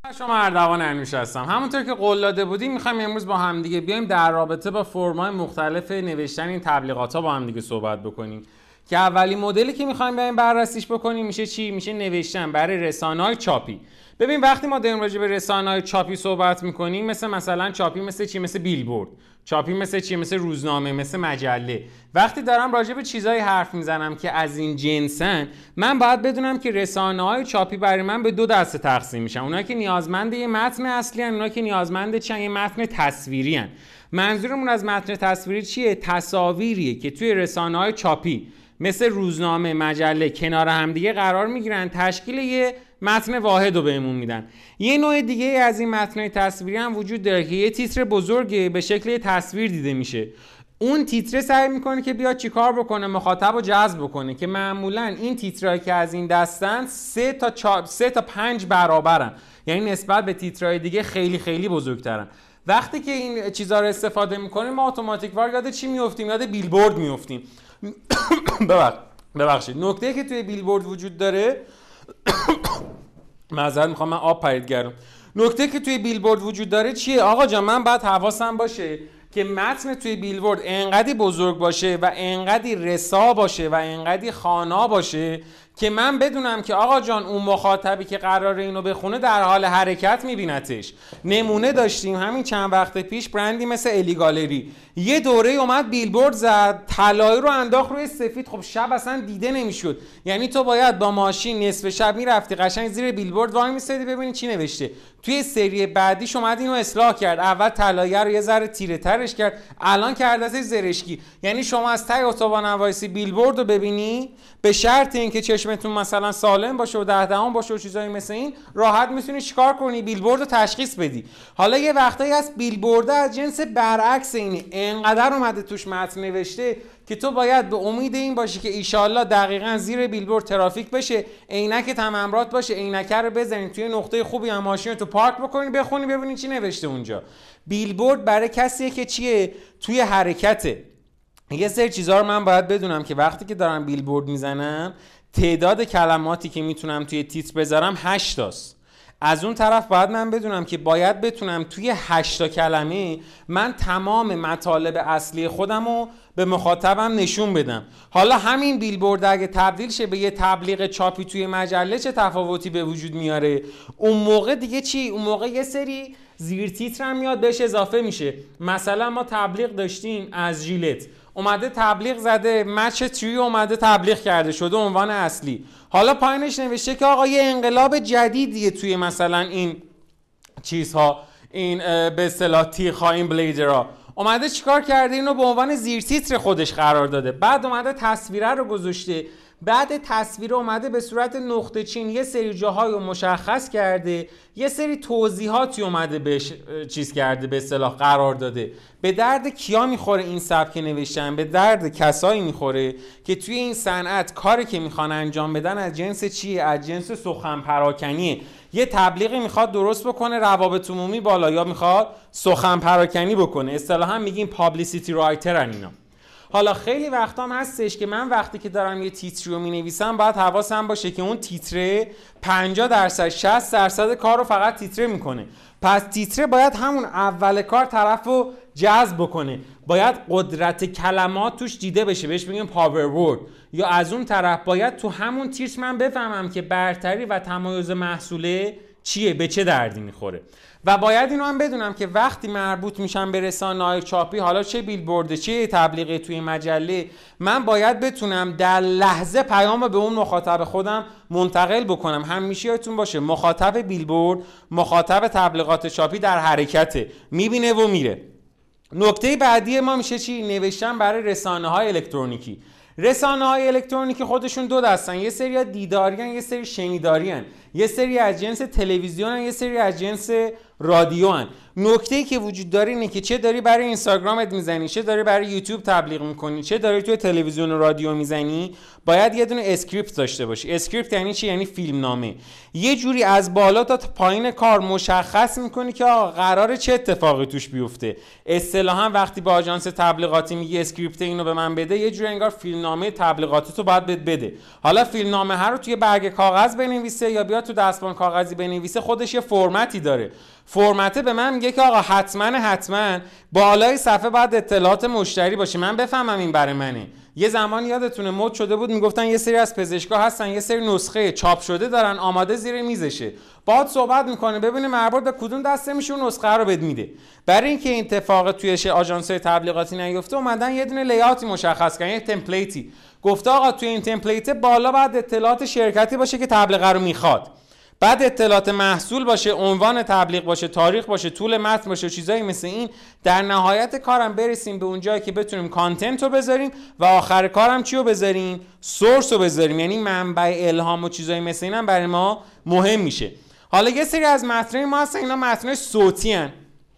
شما اردوان انوش هستم. همونطور که قول داده بودیم میخوایم امروز با همدیگه بیایم در رابطه با فرم‌های مختلف نوشتن این تبلیغات‌ها با همدیگه صحبت بکنیم که اولی مدلی که میخوایم بیایم بررسیش بکنیم میشه چی؟ میشه نوشتن برای رسانه‌های چاپی. ببین وقتی ما داریم راجع به رسانه‌های چاپی صحبت میکنیم مثلا چاپی مثل چی؟ مثل بیلبورد. چاپی مثل چی؟ مثل روزنامه، مثل مجله. وقتی دارم راجع به چیزایی حرف میزنم که از این جنسن، من باید بدونم که رسانه‌های چاپی برای من به دو دسته تقسیم میشن. اونایی که نیازمند یه متن اصلی ان، اونایی که نیازمند یه متن تصویری ان. منظورمون از متن تصویری چیه؟ تصاویریه که توی رسانه‌های چاپی مثل روزنامه، مجله کنار همدیگه قرار میگیرن، تشکیل یه متن واحد رو بهمون میدن. یه نوع دیگه از این متن‌های تصویری هم وجود داره که یه تیتر بزرگه به شکل یه تصویر دیده میشه. اون تیتر سعی میکنه که بیاد چیکار بکنه؟ مخاطب رو جذب بکنه که معمولا این تیترهایی که از این دستن 3 تا 5 برابرن، یعنی نسبت به تیترهای دیگه خیلی خیلی بزرگترن. وقتی که این چیزا رو استفاده میکنیم ما اتوماتیک وار یاد چی میافتیم؟ یاد بیلبورد میافتیم. ببخشید. نکته‌ای که توی بیلبورد وجود داره معذرت میخوام، من آب پرید کردم. نکته که توی بیلبورد وجود داره چیه؟ آقا جان من باید حواسم باشه که متن توی بیلبورد انقدی بزرگ باشه و انقدی رسا باشه و انقدی خوانا باشه که من بدونم که آقا جان اون مخاطبی که قراره اینو بخونه در حال حرکت میبینتش. نمونه داشتیم همین چند وقت پیش برندی مثل الی گالری یه دوره اومد بیلبورد زد، طلایی رو انداخت روی سفید. خب شب اصلا دیده نمیشد، یعنی تو باید با ماشین نصف شب میرفتی قشنگ زیر بیلبورد وای میسادی ببینی چی نوشته. توی سری بعدیش اومد اینو اصلاح کرد، اول طلایی رو یه ذره تیره ترش کرد، الان کردتش زرشکی. یعنی شما از ته اتوبان وایسی بیلبورد رو ببینی، به شرط اینکه چشمتون مثلا سالم باشه و 10 دهم باشه و چیزایی مثل این، راحت میتونی چیکار کنی؟ بیلبورد رو تشخیص بدی. حالا یه وقتایی از بیلبورد از جنس برعکس اینه، انقدر اومده توش متن نوشته که تو باید به امید این باشی که ایشالله دقیقاً زیر بیلبورد ترافیک بشه، عینکت هم امرات باشه، عینک رو بزنی توی نقطه خوبی هم ماشین تو پارک بکنی، بخونی ببینی چی نوشته اونجا. بیلبورد برای کسیه که چیه؟ توی حرکته. یه سری چیزا رو من باید بدونم که وقتی که دارم بیلبورد میزنم تعداد کلماتی که میتونم توی تیتر بذارم 8 تاست. از اون طرف باید من بدونم که باید بتونم توی 8 تا کلمه من تمام مطالب اصلی خودم رو به مخاطبم نشون بدم. حالا همین بیلبورد اگه تبدیل شه به یه تبلیغ چاپی توی مجله چه تفاوتی به وجود میاره؟ اون موقع دیگه چی؟ اون موقع یه سری زیر تیتر هم میاد بهش اضافه میشه. مثلا ما تبلیغ داشتیم از ژیلت، اومده تبلیغ زده، مچ تریو اومده تبلیغ کرده شده عنوان اصلی. حالا پایینش نوشته که آقا یه انقلاب جدیدیه توی مثلا این چیزها، این به اصطلاح تیغ‌ها، این بلیدرها. اومده چیکار کرده؟ اینو به عنوان زیر تیتر خودش قرار داده. بعد اومده تصویره رو گذاشته، بعد تصویر اومده به صورت نقطه چین یه سری جاهای رو مشخص کرده، یه سری توضیحاتی اومده بهش چیز کرده، به اصطلاح قرار داده. به درد کیا میخوره این سبک نوشتن؟ به درد کسایی میخوره که توی این صنعت کاری که میخوان انجام بدن از جنس چیه؟ از جنس سخن پراکنیه. یه تبلیغی میخواد درست بکنه، روابط عمومی بالا، یا میخواد سخن پراکنی بکنه. اصطلاحا میگیم پابلیسیتی رایترن اینا. حالا خیلی وقتا هم هستش که من وقتی که دارم یه تیتری رو می‌نویسم باید حواسم باشه که اون تیتره 50% 60% کار رو فقط تیتره میکنه. پس تیتره باید همون اول کار طرف رو جذب بکنه، باید قدرت کلمات توش دیده بشه، بهش میگیم پاور ورد. یا از اون طرف باید تو همون تیتر من بفهمم که برتری و تمایز محصوله چیه، به چه دردی میخوره. و باید اینو هم بدونم که وقتی مربوط میشم به رسانه‌های چاپی، حالا چه بیلبورد چه تبلیغی توی مجله، من باید بتونم در لحظه پیام به اون مخاطب خودم منتقل بکنم. همیشه یادتون باشه مخاطب بیلبورد، مخاطب تبلیغات چاپی در حرکته، میبینه و میره. نکته بعدی ما میشه چی؟ نوشتن برای رسانه‌های الکترونیکی. رسانه‌های الکترونیکی خودشون دو دستن، یه سری دیداریان، یه سری شنیداریان. یه سری از جنس تلویزیونن، یه سری از جنس رادیو هن. نکته‌ای که وجود داره اینه که چه داری برای اینستاگرامت میزنی، چه داری برای یوتیوب تبلیغ میکنی، چه داری توی تلویزیون و رادیو میزنی، باید یه دونه اسکریپت داشته باشی. اسکریپت یعنی چی؟ یعنی فیلمنامه. یه جوری از بالا تا پایین کار مشخص میکنی که آقا قراره چه اتفاقی توش بیفته. اصطلاحاً وقتی با آژانس تبلیغاتی میگی اسکریپت اینو به من بده، یه جوری انگار فیلمنامه تبلیغاتی تو باید بده. حالا فیلمنامه ها رو توی برگ کاغذ بنویسه یا بیاد تو دستمال کاغذی بنویسه، خودش یه فرمتی داره. فرمته به من میگه که آقا حتما بالای صفحه باید اطلاعات مشتری باشه، من بفهمم این برای منه. یه زمان یادتونه مد شده بود میگفتن یه سری از پزشکا هستن یه سری نسخه چاپ شده دارن آماده زیر میزشه، باهات صحبت میکنه ببینه مربوط به کدوم دسته میشه اون نسخه رو بهت میده. برای اینکه این اتفاق توی آژانس‌های تبلیغاتی نیفته اومدن یه دونه لی‌آوتی مشخص کردن، یه تمپلیتی. گفته آقا توی این تمپلیت بالا بعد اطلاعات شرکتی باشه که تبلیغ رو میخواد، بعد اطلاعات محصول باشه، عنوان تبلیغ باشه، تاریخ باشه، طول متن باشه، چیزایی مثل این. در نهایت کارم برسیم به اونجایی که بتونیم کانتنت رو بذاریم و آخر کارم چی رو بذاریم؟ سورس رو بذاریم، یعنی منبع الهام و چیزایی مثل اینم برای ما مهم میشه. حالا یه سری از متنای ما هستن اینا متنای صوتی هن.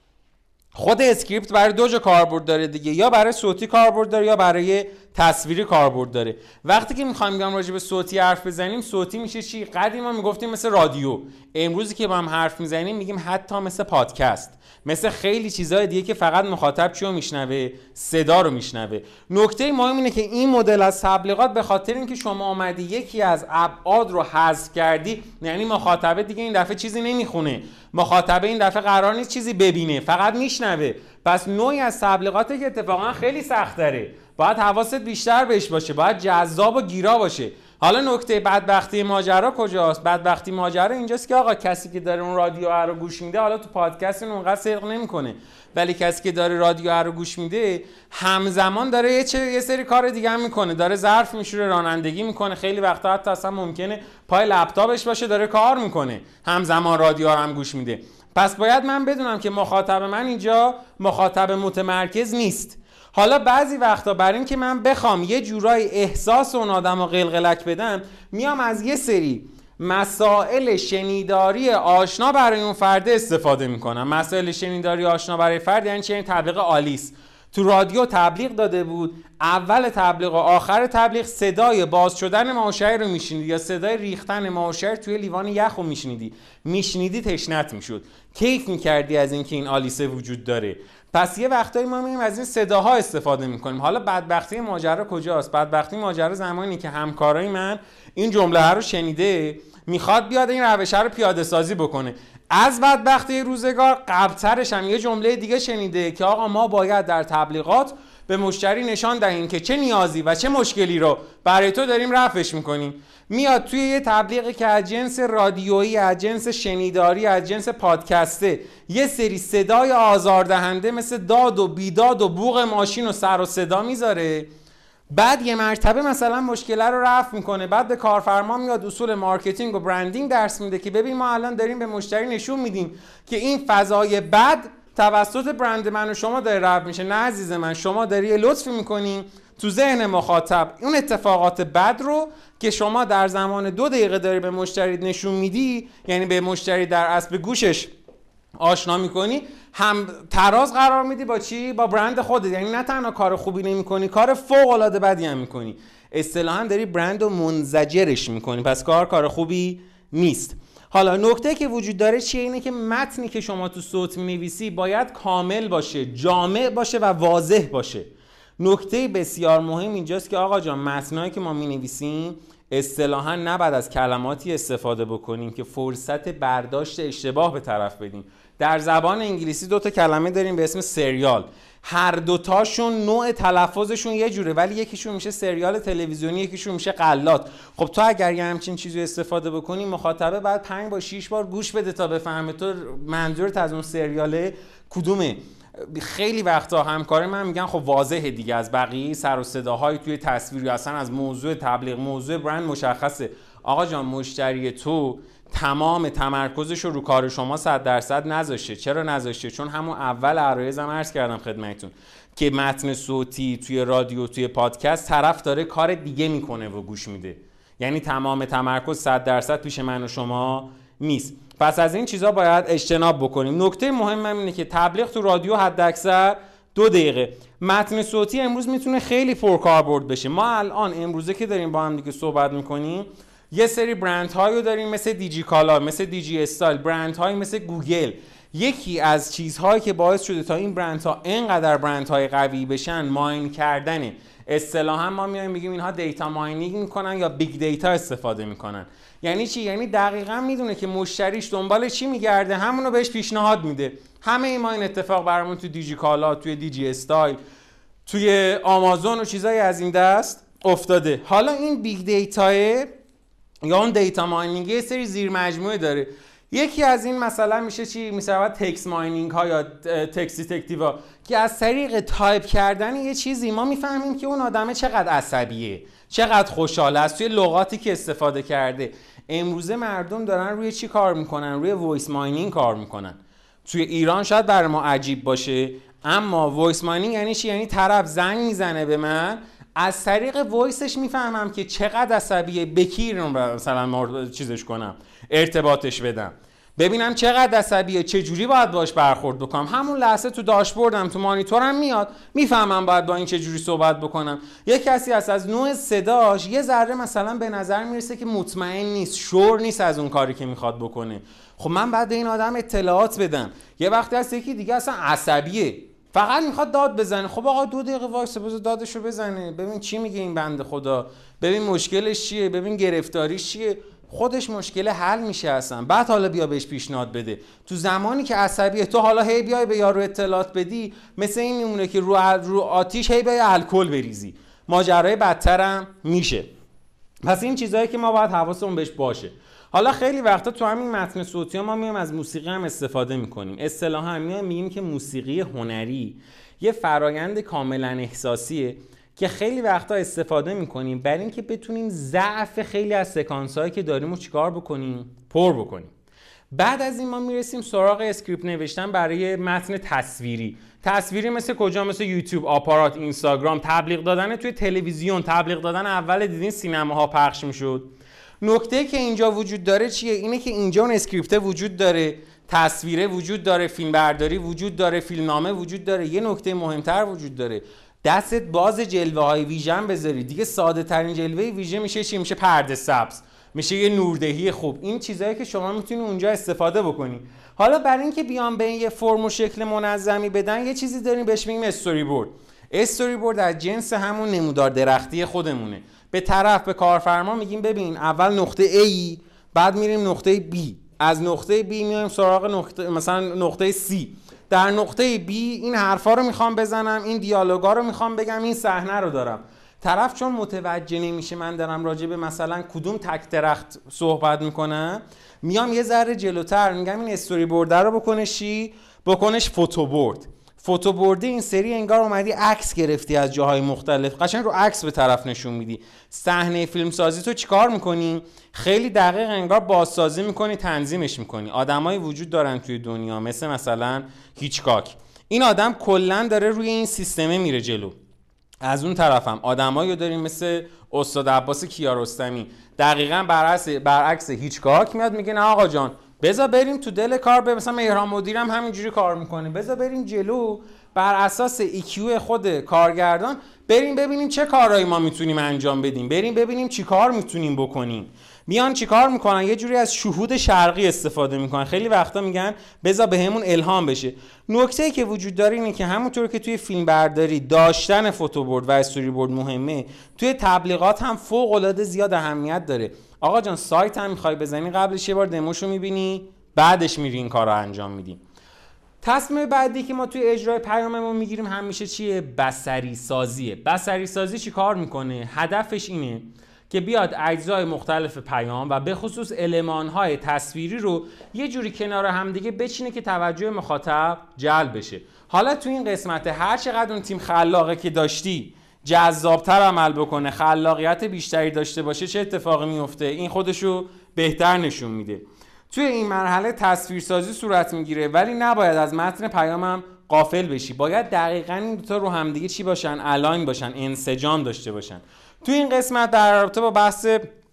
خود اسکریپت برای دو جا کاربرد داره دیگه، یا برای صوتی کاربرد داره یا برای تصویری کاربرد داره. وقتی که میخوایم بگم راجع به صوتی حرف بزنیم، صوتی میشه چی؟ قدیما میگفتیم مثل رادیو، امروزی که با هم حرف میزنیم میگیم حتی مثل پادکست، مثل خیلی چیزهای دیگه که فقط مخاطب چی رو میشنوه؟ صدا رو میشنوه. نکته مهم اینه که این مدل از تبلیغات به خاطر اینکه شما اومدی یکی از ابعاد رو حذف کردی، یعنی مخاطب دیگه این دفعه چیزی نمیخونه، مخاطب این دفعه قرار نیست چیزی ببینه، فقط میشنوه. پس نوعی از تبلیغاتی که اتفاقا خیلی سخت داره، باید حواست بیشتر بهش باشه، باید جذاب و گیرا باشه. حالا نکته بدبختی ماجرا کجاست؟ بدبختی ماجرا اینجاست که آقا کسی که داره اون رادیو رو گوش میده، حالا تو پادکست اونقدر صدق نمیکنه، ولی کسی که داره رادیو رو گوش میده همزمان داره یه سری کار دیگه هم میکنه، داره ظرف میشوره، رانندگی میکنه، خیلی وقتا حتی اصلا ممکنه پای لپتاپش باشه داره کار میکنه، همزمان رادیو رو هم گوش میده. پس باید من بدونم که مخاطب من اینجا مخاطب متمرکز نیست. حالا بعضی وقتا برای این که من بخوام یه جورای احساس اون آدم رو قلقلک بدم، میام از یه سری مسائل شنیداری آشنا برای اون فرد استفاده میکنم. مسائل شنیداری آشنا برای فرد یعنی چه؟ این تبلیغ آلیس تو رادیو تبلیغ داده بود، اول تبلیغ و آخر تبلیغ صدای باز شدن ماهوشه‌ای رو میشنیدی یا صدای ریختن ماهوشه‌ای توی لیوان یخ رو میشنیدی تشنت میشد، کیف میکردی از اینکه این آلیسه وجود داره. پس یه وقتایی ما میریم از این صداها استفاده میکنیم. حالا بدبختی ماجرا کجاست؟ بدبختی ماجرا زمانی که همکارای من این جمله رو شنیده میخواد بیاد این روشه رو پیاده سازی بکنه. از بدبختی روزگار قبلترش هم یه جمله دیگه شنیده که آقا ما باید در تبلیغات به مشتری نشان دهیم که چه نیازی و چه مشکلی رو برای تو داریم رفعش میکنیم. میاد توی یه تبلیغی که از جنس رادیویی، از جنس شنیداری، از جنس پادکسته، یه سری صدای آزاردهنده مثل داد و بیداد و بوق ماشین و سر و صدا میذاره، بعد یه مرتبه مثلا مشکل رو رفع میکنه، بعد به کارفرما میاد اصول مارکتینگ و برندینگ درس میده که ببین ما الان داریم به مشتری نشون میدیم که این فضای بد توسط برند من و شما داره رفع میشه. نه عزیز من، شما داری یه لطفی میکنین تو ذهن مخاطب اون اتفاقات بد رو که شما در زمان 2 دقیقه داری به مشتری نشون میدی، یعنی به مشتری در اصل به گوشش آشنا میکنی، هم تراز قرار میدی با چی؟ با برند خودت. یعنی نه تنها کار خوبی نمیکنی، کار فوق العاده بدی هم میکنی. اصطلاحاً داری برند رو منزجرش میکنی، پس کار خوبی نیست. حالا نکته که وجود داره چیه؟ اینه که متنی که شما تو صوت می‌نویسی باید کامل باشه، جامع باشه و واضح باشه. نکته بسیار مهم اینجاست که آقا جان متنایی که ما می‌نویسیم اصطلاحاً نباید از کلماتی استفاده بکنیم که فرصت برداشت اشتباه به طرف بدیم. در زبان انگلیسی 2 تا کلمه داریم به اسم سریال، هر دوتاشون نوع تلفظشون یه جوره، ولی یکیشون میشه سریال تلویزیونی، یکیشون میشه غلات. خب تو اگر یه همچین چیزی استفاده بکنی، مخاطبه بعد 5 با 6 بار گوش بده تا بفهمه تو منظورت از اون سریاله کدومه. خیلی وقتا همکار من میگن خب واضحه دیگه، از بقیه سر و صداهای توی تصویر یا اصلا از موضوع تبلیغ، موضوع برند مشخصه. آقا جان مشتری تو تمام تمرکزش رو کار شما 100% نذاشته. چرا نذاشته؟ چون همون اول عرایزم عرض کردم خدمتتون که متن صوتی توی رادیو، توی پادکست، طرف داره کار دیگه میکنه و گوش میده، یعنی تمام تمرکز 100% پیش من و شما نیست. پس از این چیزا باید اجتناب بکنیم. نکته مهم اینه که تبلیغ تو رادیو حداکثر 2 دقیقه. متن صوتی امروز میتونه خیلی پرکاربرد بشه. ما الان امروزه که داریم با هم دیگه صحبت میکنیم یه سری برندهایی رو داریم مثل دیجی کالا، مثل دیجی استایل، برندهایی مثل گوگل. یکی از چیزهایی که باعث شده تا این برندها اینقدر برندهای قوی بشن ماین کردنه. اصطلاحا ما میایم میگیم اینها دیتا ماینینگ میکنن یا بیگ دیتا استفاده میکنن. یعنی چی؟ یعنی دقیقاً میدونه که مشتریش دنبال چی میگرده، همونو بهش پیشنهاد میده. همه ما این اتفاق برامون تو دیجی کالا، توی دیجی استایل، توی آمازون و چیزایی از این دست افتاده. حالا این بیگ دیتا یا اون دیتا ماینینگ یه سری زیر مجموعه داره. یکی از این مثلا میشه چی؟ میشه تکست ماینینگ ها یا تکست دیتکتیو ها که از طریق تایپ کردن یه چیزی ما میفهمیم که اون آدمه چقدر عصبیه، چقدر خوشحال است، توی لغاتی که استفاده کرده. امروزه مردم دارن روی چی کار میکنن؟ روی وایس ماینینگ کار میکنن. توی ایران شاید برای ما عجیب باشه، اما وایس ماینینگ یعنی چی؟ یعنی طرف زنگ میزنه به من، از طریق وایسش میفهمم که چقدر عصبیه، بکیر رو مثلا چیزش کنم، ارتباطش بدم، ببینم چقدر عصبیه، چه جوری باید باش برخورد بکنم. همون لحظه تو داشبوردم، تو مانیتورم میاد، میفهمم باید با این چه جوری صحبت بکنم. یک کسی از نوع صداش یه ذره مثلا به نظر میرسه که مطمئن نیست، شور نیست از اون کاری که میخواد بکنه. خب من بعد این آدم اطلاعات بدم. یه وقتی هست یکی دیگه اصلا عصبیه، فقط میخواد داد بزنه. خب آقا 2 دقیقه وایس بذار دادشو بزنه، ببین چی میگه این بنده خدا، ببین مشکلش چیه، ببین گرفتاریش چیه، خودش مشکل حل میشه اصلا. بعد حالا بیا بهش پیشنهاد بده. تو زمانی که عصبیه تو حالا هی بیای به یارو اطلاعات بدی، مثل این میمونه که رو آتیش هی بیای الکل بریزی، ماجرای بدترم میشه. پس این چیزایی که ما باید حواسمون بهش باشه. حالا خیلی وقتا تو همین متن صوتی ها ما میایم از موسیقی هم استفاده میکنیم. اصطلاحا میگیم که موسیقی هنری یه فرایند کاملا احساسیه که خیلی وقتا استفاده میکنیم برای اینکه بتونیم ضعف خیلی از سکانس هایی که داریم رو چیکار بکنیم؟ پر بکنیم. بعد از این ما میرسیم سراغ اسکریپت نوشتن برای متن تصویری. تصویری مثل کجا؟ مثل یوتیوب، آپارات، اینستاگرام، تبلیغ دادن توی تلویزیون. تبلیغ دادن اول دیدین سینماها پخش میشد. نکته که اینجا وجود داره چیه؟ اینه که اینجا اون اسکریپت وجود داره، تصویره وجود داره، فیلم برداری وجود داره، فیلمنامه وجود داره. یه نکته مهمتر وجود داره، دستت باز جلوه های ویژن بذاری. دیگه ساده ترین جلوه ویژه میشه چی؟ میشه پرده سبز، میشه یه نوردهی خوب. این چیزایی که شما میتونی اونجا استفاده بکنی. حالا برای اینکه بیان به یه فرم و شکل منظمی بدن، یه چیزی داریم بهش میگیم استوری بورد. استوری بورد از جنس همون نمودار درختی خودمونه. به طرف، به کارفرما میگیم ببین اول نقطه A، بعد میریم نقطه B، از نقطه B میایم سراغ نقطه مثلا نقطه C. در نقطه B این حرفا رو میخوام بزنم، این دیالوگا رو میخوام بگم، این صحنه رو دارم. طرف چون متوجه نمیشه من دارم راجع به مثلا کدوم تک درخت صحبت میکنم، میام یه ذره جلوتر میگم این استوری بورد رو بکنش فوتو بورد. فوتو بوردی این سری انگار اومدی عکس گرفتی از جاهای مختلف، قشنگ رو عکس به طرف نشون میدی. صحنه فیلم سازی تو چیکار میکنی؟ خیلی دقیق انگار بازسازی میکنی، تنظیمش میکنی. آدمایی وجود دارن توی دنیا مثلا هیچکاک. این آدم کلا داره روی این سیستمه میره جلو. از اون طرفم آدمایی داریم مثل استاد عباس کیارستمی، دقیقاً برعکس هیچکاک میاد میگه نه آقا جان بذار بریم تو دل کار. به مثلا مهران مدیرم همینجوری کار میکنه، بذار بریم جلو، بر اساس EQ خود کارگردان بریم ببینیم چه کارهایی ما میتونیم انجام بدیم، بریم ببینیم چی کار میتونیم بکنیم. میان چی کار میکنن؟ یه جوری از شهود شرقی استفاده میکنن. خیلی وقتا میگن بذار بهمون الهام بشه. نکته‌ای که وجود داره اینه که همونطور که توی فیلم برداری داشتن فوتوبورد و استوری بورد مهمه، توی تبلیغات هم فوق العاده زیاد اهمیت داره. آقا جان سایت هم میخوای بزنی، قبلش یه بار دموشو میبینی، بعدش میری این کارو انجام میدی. تصمیم بعدی که ما توی اجرای پیاممون میگیریم همیشه چیه؟ بصری سازیه. بصری سازی چی کار میکنه؟ هدفش اینه که بیاد اجزای مختلف پیام و به خصوص المان‌های تصویری رو یه جوری کنار هم دیگه بچینه که توجه مخاطب جلب بشه. حالا تو این قسمت هر چقدر اون تیم خلاقه که داشتی جذابتر عمل بکنه، خلاقیت بیشتری داشته باشه، چه اتفاقی میفته؟ این خودشو بهتر نشون میده. توی این مرحله تصویرسازی صورت میگیره، ولی نباید از متن پیامم غافل بشی. باید دقیقاً این دو تا رو همدیگه چی باشن؟ الاین باشن، انسجام داشته باشن. توی این قسمت در رابطه با بحث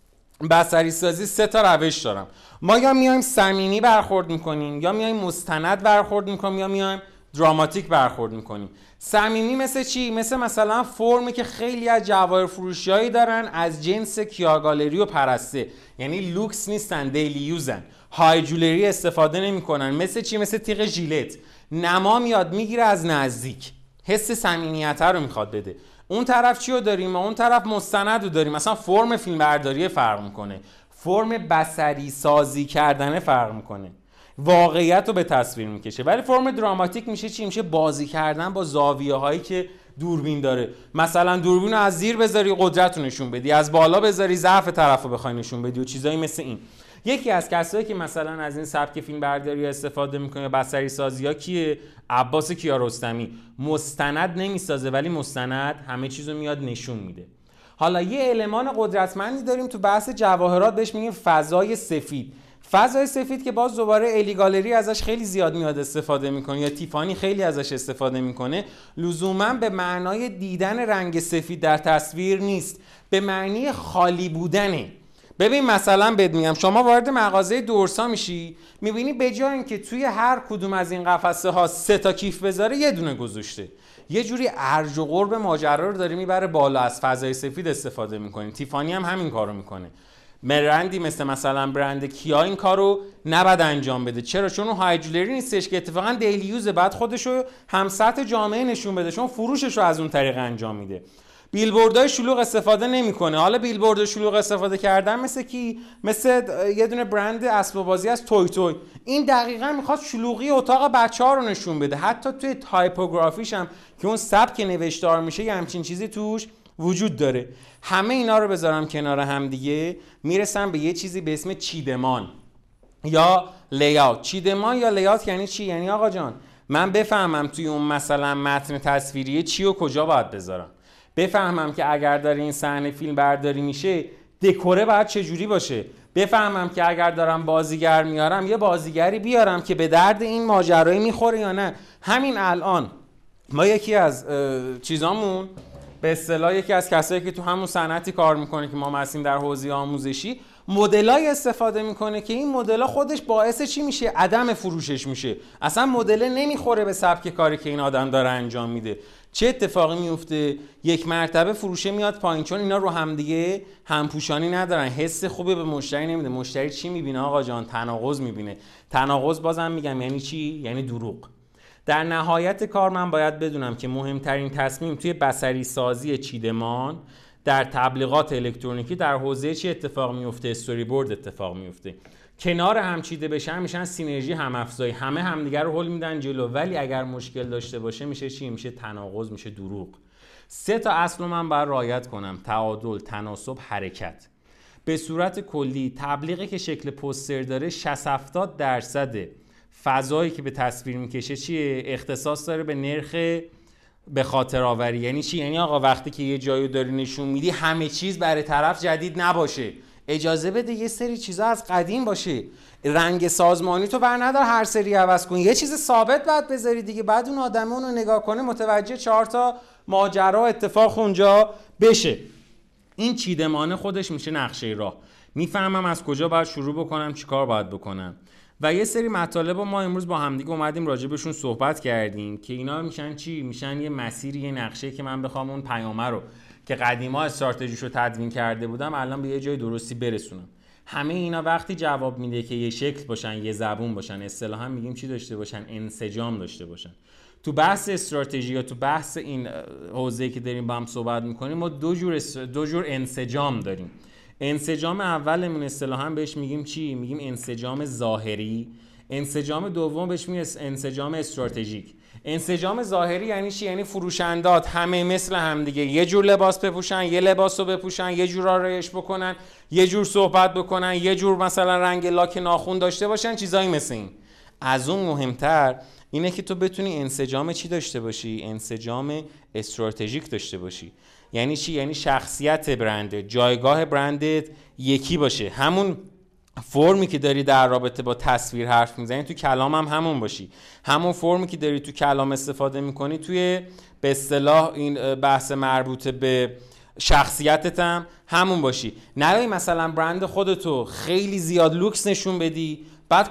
بصری سازی 3 تا روش دارم. ما یا میایم صمیمی برخورد میکنیم، یا میایم مستند برخورد میکنیم، یا میایم دراماتیک برخورد میکنیم. صمیمی مثل چی؟ مثلا فرمی که خیلی از جواهر فروشیایی دارن از جنس کیاگالری و پرسته، یعنی لوکس نیستن، دیلی یوزن، های جولری استفاده نمیکنن. مثل چی؟ مثل تیغ ژیلت، نما میاد میگیره از نزدیک، حس صمیمیت رو میخواد بده. اون طرف چی رو داریم؟ اون طرف مستند رو داریم. مثلا فرم فیلم برداری فرق میکنه، فرم بصری سازی کردن فرق میکنه، واقعیت رو به تصویر میکشه. ولی فرم دراماتیک میشه چی؟ میشه بازی کردن با زاویه هایی که دوربین داره. مثلا دوربین رو از زیر بذاری قدرت رو نشون بدی، از بالا بذاری ضعف طرف رو بخوای نشون بدی و چیزایی مثل این. یکی از کسایی که مثلا از این سبک فیلم برداری استفاده میکنه بصری سازی ها کیه؟ عباس کیارستمی. مستند نمیسازه ولی مستند همه چیزو میاد نشون میده. حالا یه المان قدرتمندی داریم تو بحث جواهرات، بهش میگیم فضای سفید. فضای سفید که باز دوباره الی گالری ازش خیلی زیاد میاد استفاده میکنه، یا تیفانی خیلی ازش استفاده میکنه. لزوما به معنای دیدن رنگ سفید در تصویر نیست، به معنی خالی بودنه. ببین مثلا بهت میگم، شما وارد مغازه دورسا میشی، میبینی به جای اینکه توی هر کدوم از این قفسه ها 3 تا کیف بذاره یه دونه گذاشته. یه جوری ارج و قرب ماجرا رو داره میبره بالا، از فضای سفید استفاده میکنه. تیفانی هم همین کارو میکنه. برندی مثلا برند کیا این کارو نباید انجام بده. چرا؟ چون اون های جولری نیستش که اتفاقا دیلی یوزه، بعد خودشو هم سطح جامعه نشون بده، چون فروشش رو از اون طریق انجام میده. بیلبوردهای شلوغ استفاده نمیکنه. حالا بیلبورد شلوغ استفاده کردن مثل کی؟ مثل یه دونه برند اسباب بازی از توی توی. این دقیقاً میخواد شلوغی اتاق بچه‌ها رو نشون بده. حتی توی تایپوگرافیش هم که اون سبک نوشتار میشه یه همچین چیزی توش وجود داره. همه اینا رو بذارم کنار هم دیگه، میرسم به یه چیزی به اسم چیدمان یا لیاوت. چیدمان یا لیاوت یعنی چی؟ یعنی آقا جان من بفهمم توی اون مثلا متن تصویری چی و کجا باید بذارم. بفهمم که اگر داره این صحنه فیلم برداری میشه دکوره باید چجوری باشه. بفهمم که اگر دارم بازیگر میارم یه بازیگری بیارم که به درد این ماجرایی میخوره یا نه. همین الان ما یکی از چیزامون، به اصطلاح یکی از کسایی که تو همون صنعتی کار میکنه که ما هستیم در حوزه آموزشی، مدلای استفاده میکنه که این مدل خودش باعث چی میشه؟ عدم فروشش میشه. اصلا مدل نمیخوره به سبک کاری که این آدم داره انجام میده. چه اتفاقی میفته؟ یک مرتبه فروشه میاد پایین، چون اینا رو همدیگه همپوشانی ندارن، حس خوبی به مشتری نمیده. مشتری چی میبینه آقا جان؟ تناقض میبینه. تناقض بازم میگم یعنی چی؟ یعنی دروغ. در نهایت کار من باید بدونم که مهمترین تصمیم توی بصری سازی چیدمان در تبلیغات الکترونیکی در حوزه چی اتفاق میفته؟ استوری بورد اتفاق میفته. کنار هم چیده بشن میشن سینرژی، هم افزایی، همه همدیگر رو هل میدن جلو. ولی اگر مشکل داشته باشه میشه چی؟ میشه تناقض، میشه دروغ. 3 تا اصل رو من باید رعایت کنم: تعادل، تناسب، حرکت. به صورت کلی تبلیغی که شکل پوستر داره 60-70% فضایی که به تصویر میکشه چیه؟ اختصاص داره به نرخ به خاطر آوری. یعنی چی؟ یعنی آقا وقتی که یه جایی داری نشون میدی همه چیز برای طرف جدید نباشه، اجازه بده یه سری چیزا از قدیم باشه. رنگ سازمانی تو بر ندار هر سری عوض کنی، یه چیز ثابت بعد بذاری دیگه. بعد اون آدم اون رو نگاه کنه متوجه 4 تا ماجرا اتفاق اونجا بشه. این چیدمان خودش میشه نقشه راه. میفهمم از کجا باید شروع بکنم، چیکار باید بکنم. و یه سری مطالب ما امروز با همدیگه اومدیم راجبشون صحبت کردیم که اینا میشن چی؟ میشن یه مسیری، یه نقشه که من بخوام اون پیامه رو که قدیما استراتژیشو تدوین کرده بودم الان به یه جای درستی برسونم. همه اینا وقتی جواب میده که یه شکل باشن، یه زبون باشن، اصطلاحا میگیم چی داشته باشن؟ انسجام داشته باشن. تو بحث استراتژی یا تو بحث این حوزه‌ای که داریم با هم صحبت میکنیم ما دو جور انسجام داریم. انسجام اولمون اصطلاحاً بهش میگیم چی؟ میگیم انسجام ظاهری. انسجام دوم بهش میگیم انسجام استراتژیک. انسجام ظاهری یعنی چی؟ یعنی فروشندات همه مثل هم دیگه یه جور لباس بپوشن، یه لباس رو بپوشن، یه جور آرایش بکنن، یه جور صحبت بکنن، یه جور مثلا رنگ لاک ناخن داشته باشن، چیزایی مثل این. از اون مهمتر اینه که تو بتونی انسجام چی داشته باشی؟ انسجام استراتژیک داشته باشی. یعنی چی؟ یعنی شخصیت برندت، جایگاه برندت یکی باشه. همون فرمی که داری در رابطه با تصویر حرف میزنی تو کلام هم همون باشی. همون فرمی که داری تو کلام استفاده میکنی توی به اصطلاح این بحث مربوط به شخصیتت هم همون باشی. نباید مثلا برند خودتو خیلی زیاد لوکس نشون بدی، بعد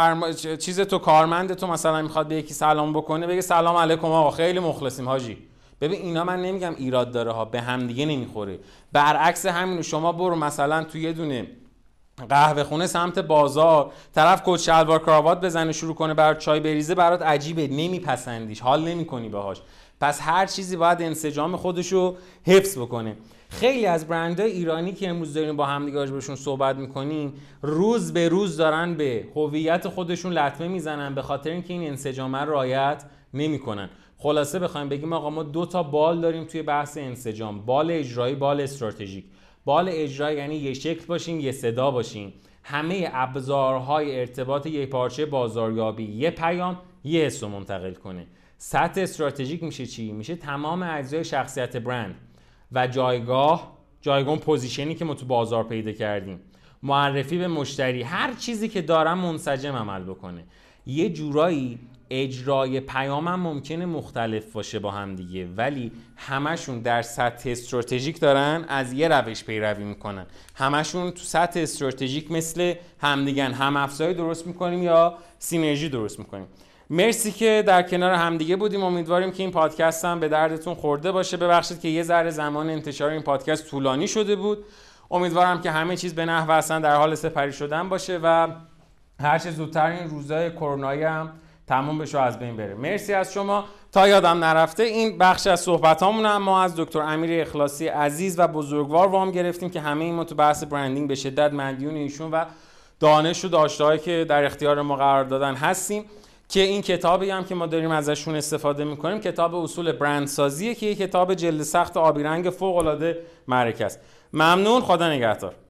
کارمند تو مثلا میخواد به یکی سلام بکنه بگه سلام علیکم آقا خیلی مخلصیم حاجی. ببین اینا من نمیگم ایراد داره ها، به هم دیگه نمیخوره. برعکس همینو شما برو مثلا تو یه دونه قهوه خونه سمت بازار، طرف کت شلوار کراوات بزنه شروع کنه برات چای بریزه، برات عجیبه، نمیپسندیش، حال نمیکنی باهاش. پس هر چیزی باید انسجام خودشو حفظ بکنه. خیلی از برندهای ایرانی که امروز داریم با هم دیگه راجبشون صحبت میکنیم، روز به روز دارن به هویت خودشون لطمه میزنن به خاطر اینکه این انسجام رو رعایت نمیکنن. خلاصه بخوایم بگیم آقا ما دو تا بال داریم توی بحث انسجام، بال اجرایی، بال استراتژیک. بال اجرایی یعنی یه شکل باشیم، یه صدا باشیم، همه ابزارهای ارتباط یک پارچه بازاریابی یه پیام، یه حس رو منتقل کنه. سطح استراتژیک میشه چی؟ میشه تمام اجزای شخصیت برند و جایگاه پوزیشنی که ما تو بازار پیدا کردیم، معرفی به مشتری، هر چیزی که دارم منسجم عمل بکنه. یه جورایی اجرای پیام هم ممکنه مختلف باشه با هم دیگه، ولی همشون در سطح استراتژیک دارن از یه روش پیروی میکنن. همشون تو سطح استراتژیک مثل همدیگن، هم افزایی درست میکنیم یا سینرژی درست میکنیم. مرسی که در کنار همدیگه بودیم. امیدواریم که این پادکست هم به دردتون خورده باشه. ببخشید که یه ذره زمان انتشار این پادکست طولانی شده بود. امیدوارم که همه چیز به نحو اصلا در حال سپری شدن باشه و هر چه زودتر این روزای کرونایی هم تموم بشه و از بین بره. مرسی از شما. تا یادم نرفته این بخش از صحبتامون هم ما از دکتر امیر اخلاصی عزیز و بزرگوار وام گرفتیم که همه ما تو بحث برندینگ به شدت مدیون ایشون و دانش و داشته‌هایی که در اختیار ما قرار دادن هستیم. که این کتابی هم که ما داریم ازشون استفاده میکنیم کتاب اصول برندسازیه که یک کتاب جلد سخت آبی رنگ فوق العاده معرکه است. ممنون، خدا نگهدار.